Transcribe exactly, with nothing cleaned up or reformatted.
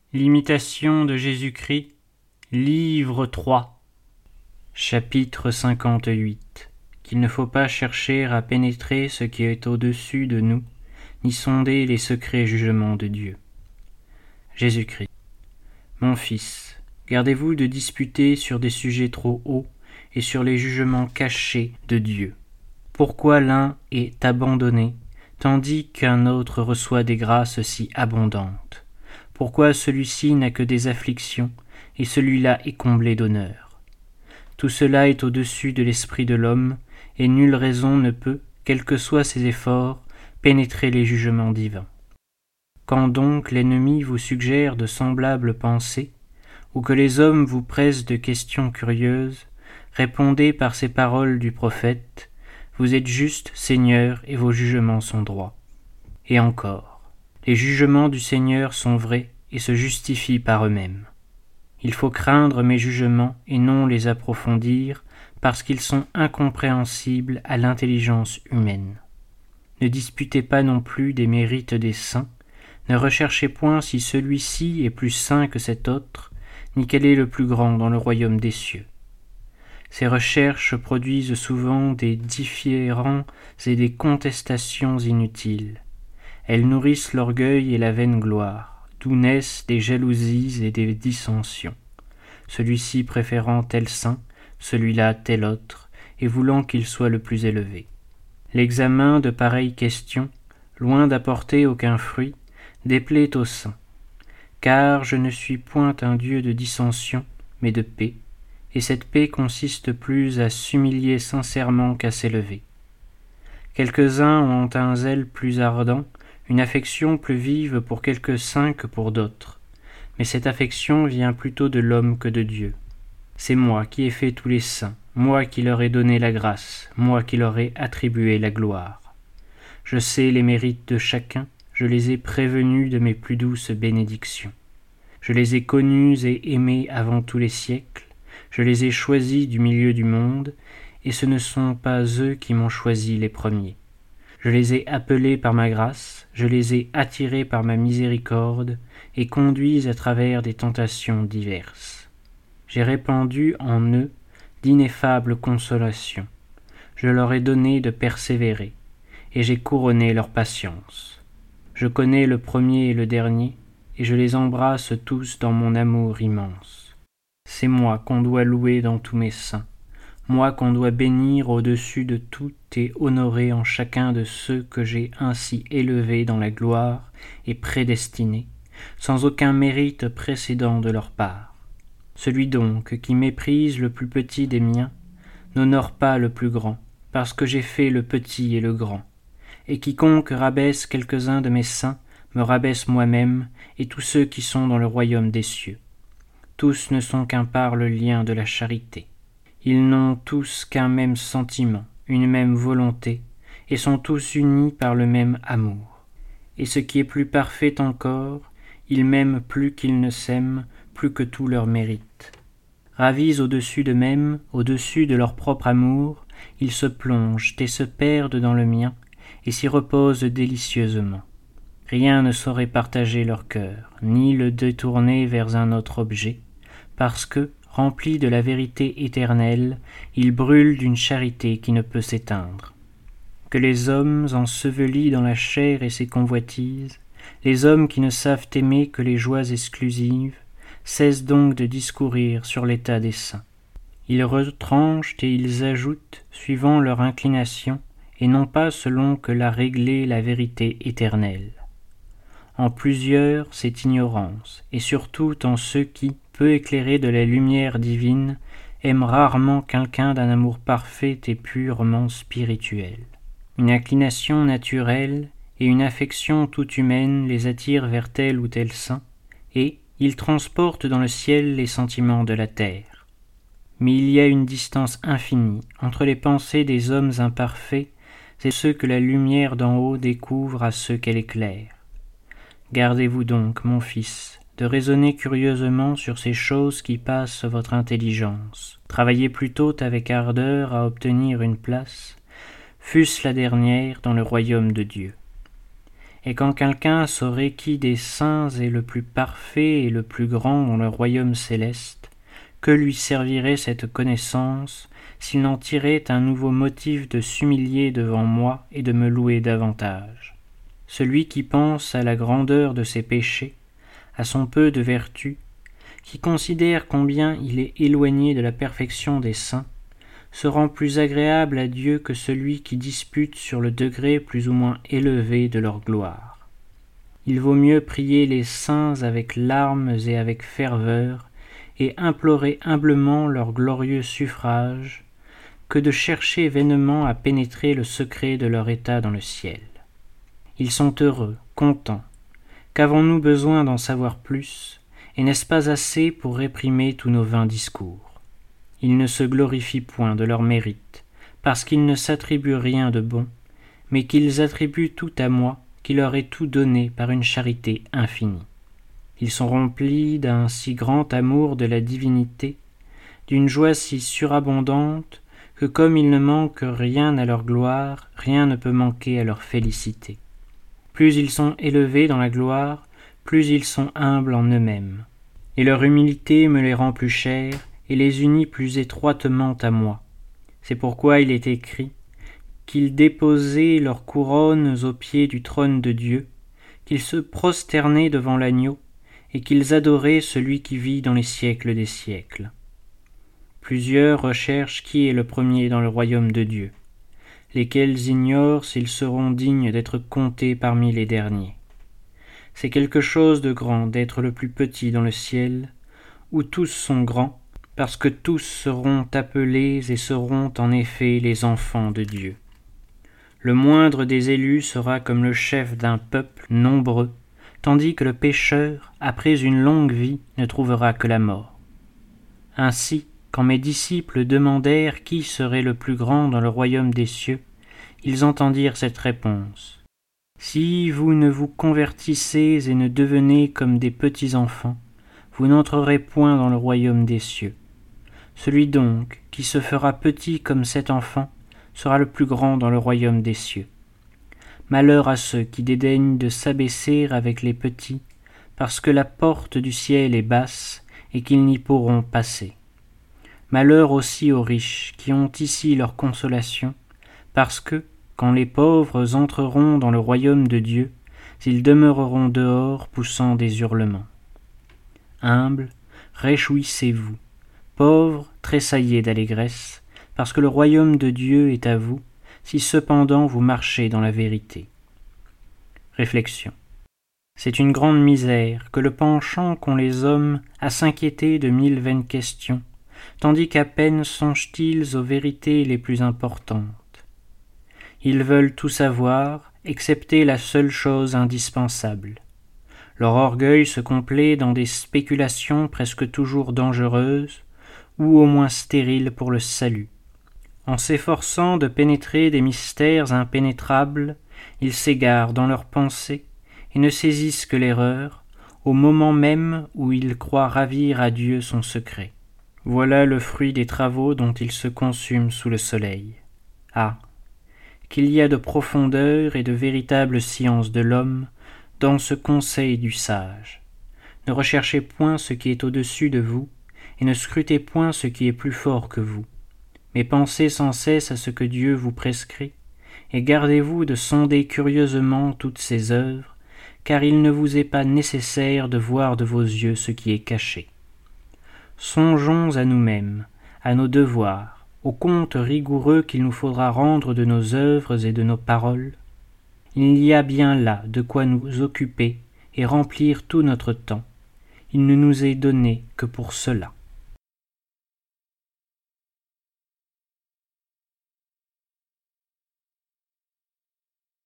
L'imitation de Jésus-Christ, livre trois, chapitre cinquante-huit. Qu'il ne faut pas chercher à pénétrer ce qui est au-dessus de nous, ni sonder les secrets jugements de Dieu. Jésus-Christ. Mon fils, gardez-vous de disputer sur des sujets trop hauts et sur les jugements cachés de Dieu. Pourquoi l'un est abandonné, tandis qu'un autre reçoit des grâces si abondantes? Pourquoi celui-ci n'a que des afflictions, et celui-là est comblé d'honneur? Tout cela est au-dessus de l'esprit de l'homme, et nulle raison ne peut, quels que soient ses efforts, pénétrer les jugements divins. Quand donc l'ennemi vous suggère de semblables pensées, ou que les hommes vous pressent de questions curieuses, répondez par ces paroles du prophète: vous êtes juste, Seigneur, et vos jugements sont droits. Et encore, les jugements du Seigneur sont vrais et se justifient par eux-mêmes. Il faut craindre mes jugements et non les approfondir, parce qu'ils sont incompréhensibles à l'intelligence humaine. Ne disputez pas non plus des mérites des saints, ne recherchez point si celui-ci est plus saint que cet autre, ni quel est le plus grand dans le royaume des cieux. Ces recherches produisent souvent des différends et des contestations inutiles. Elles nourrissent l'orgueil et la vaine gloire, d'où naissent des jalousies et des dissensions, celui-ci préférant tel saint, celui-là tel autre, et voulant qu'il soit le plus élevé. L'examen de pareilles questions, loin d'apporter aucun fruit, déplaît aux saints, car je ne suis point un Dieu de dissension, mais de paix, et cette paix consiste plus à s'humilier sincèrement qu'à s'élever. Quelques-uns ont un zèle plus ardent, une affection plus vive pour quelques saints que pour d'autres, mais cette affection vient plutôt de l'homme que de Dieu. C'est moi qui ai fait tous les saints, moi qui leur ai donné la grâce, moi qui leur ai attribué la gloire. Je sais les mérites de chacun, je les ai prévenus de mes plus douces bénédictions. Je les ai connus et aimés avant tous les siècles, je les ai choisis du milieu du monde, et ce ne sont pas eux qui m'ont choisi les premiers. Je les ai appelés par ma grâce, je les ai attirés par ma miséricorde, et conduits à travers des tentations diverses. J'ai répandu en eux d'ineffables consolations. Je leur ai donné de persévérer, et j'ai couronné leur patience. Je connais le premier et le dernier, et je les embrasse tous dans mon amour immense. C'est moi qu'on doit louer dans tous mes saints, moi qu'on doit bénir au-dessus de tout et honorer en chacun de ceux que j'ai ainsi élevés dans la gloire et prédestinés, sans aucun mérite précédent de leur part. Celui donc qui méprise le plus petit des miens n'honore pas le plus grand, parce que j'ai fait le petit et le grand. Et quiconque rabaisse quelques-uns de mes saints me rabaisse moi-même et tous ceux qui sont dans le royaume des cieux. Tous ne sont qu'un par le lien de la charité. Ils n'ont tous qu'un même sentiment, une même volonté, et sont tous unis par le même amour. Et ce qui est plus parfait encore, ils m'aiment plus qu'ils ne s'aiment, plus que tout leur mérite. Ravis au-dessus d'eux-mêmes, au-dessus de leur propre amour, ils se plongent et se perdent dans le mien, et s'y reposent délicieusement. Rien ne saurait partager leur cœur, ni le détourner vers un autre objet, parce que, remplis de la vérité éternelle, ils brûlent d'une charité qui ne peut s'éteindre. Que les hommes ensevelis dans la chair et ses convoitises, les hommes qui ne savent aimer que les joies exclusives, cessent donc de discourir sur l'état des saints. Ils retranchent et ils ajoutent, suivant leur inclination, et non pas selon que l'a réglé la vérité éternelle. En plusieurs, c'est ignorance, et surtout en ceux qui, peu éclairés de la lumière divine, aiment rarement quelqu'un d'un amour parfait et purement spirituel. Une inclination naturelle et une affection toute humaine les attirent vers tel ou tel saint, et ils transportent dans le ciel les sentiments de la terre. Mais il y a une distance infinie entre les pensées des hommes imparfaits et ceux que la lumière d'en haut découvre à ceux qu'elle éclaire. Gardez-vous donc, mon fils, de raisonner curieusement sur ces choses qui passent votre intelligence. Travaillez plutôt avec ardeur à obtenir une place, fût-ce la dernière dans le royaume de Dieu. Et quand quelqu'un saurait qui des saints est le plus parfait et le plus grand dans le royaume céleste, que lui servirait cette connaissance s'il n'en tirait un nouveau motif de s'humilier devant moi et de me louer davantage? Celui qui pense à la grandeur de ses péchés, à son peu de vertu, qui considère combien il est éloigné de la perfection des saints, se rend plus agréable à Dieu que celui qui dispute sur le degré plus ou moins élevé de leur gloire. Il vaut mieux prier les saints avec larmes et avec ferveur, et implorer humblement leur glorieux suffrage, que de chercher vainement à pénétrer le secret de leur état dans le ciel. Ils sont heureux, contents. Qu'avons-nous besoin d'en savoir plus, et n'est-ce pas assez pour réprimer tous nos vains discours? Ils ne se glorifient point de leur mérite, parce qu'ils ne s'attribuent rien de bon, mais qu'ils attribuent tout à moi, qui leur ai tout donné par une charité infinie. Ils sont remplis d'un si grand amour de la divinité, d'une joie si surabondante, que comme il ne manque rien à leur gloire, rien ne peut manquer à leur félicité. Plus ils sont élevés dans la gloire, plus ils sont humbles en eux-mêmes, et leur humilité me les rend plus chers, et les unit plus étroitement à moi. C'est pourquoi il est écrit qu'ils déposaient leurs couronnes aux pieds du trône de Dieu, qu'ils se prosternaient devant l'agneau, et qu'ils adoraient celui qui vit dans les siècles des siècles. Plusieurs recherchent qui est le premier dans le royaume de Dieu, lesquels ignorent s'ils seront dignes d'être comptés parmi les derniers. C'est quelque chose de grand d'être le plus petit dans le ciel, où tous sont grands, parce que tous seront appelés et seront en effet les enfants de Dieu. Le moindre des élus sera comme le chef d'un peuple nombreux, tandis que le pécheur, après une longue vie, ne trouvera que la mort. Ainsi, quand mes disciples demandèrent qui serait le plus grand dans le royaume des cieux, ils entendirent cette réponse. Si vous ne vous convertissez et ne devenez comme des petits enfants, vous n'entrerez point dans le royaume des cieux. Celui donc qui se fera petit comme cet enfant sera le plus grand dans le royaume des cieux. Malheur à ceux qui dédaignent de s'abaisser avec les petits, parce que la porte du ciel est basse et qu'ils n'y pourront passer. Malheur aussi aux riches qui ont ici leur consolation, parce que, quand les pauvres entreront dans le royaume de Dieu, ils demeureront dehors poussant des hurlements. Humbles, réjouissez-vous. Pauvres, tressaillez d'allégresse, parce que le royaume de Dieu est à vous, si cependant vous marchez dans la vérité. Réflexion. C'est une grande misère que le penchant qu'ont les hommes à s'inquiéter de mille vaines questions, tandis qu'à peine songent-ils aux vérités les plus importantes. Ils veulent tout savoir, excepté la seule chose indispensable. Leur orgueil se complaît dans des spéculations presque toujours dangereuses, ou au moins stériles pour le salut. En s'efforçant de pénétrer des mystères impénétrables, ils s'égarent dans leurs pensées et ne saisissent que l'erreur, au moment même où ils croient ravir à Dieu son secret. Voilà le fruit des travaux dont ils se consument sous le soleil. Ah, qu'il y a de profondeur et de véritable science de l'homme dans ce conseil du sage. Ne recherchez point ce qui est au-dessus de vous, et ne scrutez point ce qui est plus fort que vous, mais pensez sans cesse à ce que Dieu vous prescrit, et gardez-vous de sonder curieusement toutes ses œuvres, car il ne vous est pas nécessaire de voir de vos yeux ce qui est caché. Songeons à nous-mêmes, à nos devoirs, au compte rigoureux qu'il nous faudra rendre de nos œuvres et de nos paroles. Il y a bien là de quoi nous occuper et remplir tout notre temps. Il ne nous est donné que pour cela.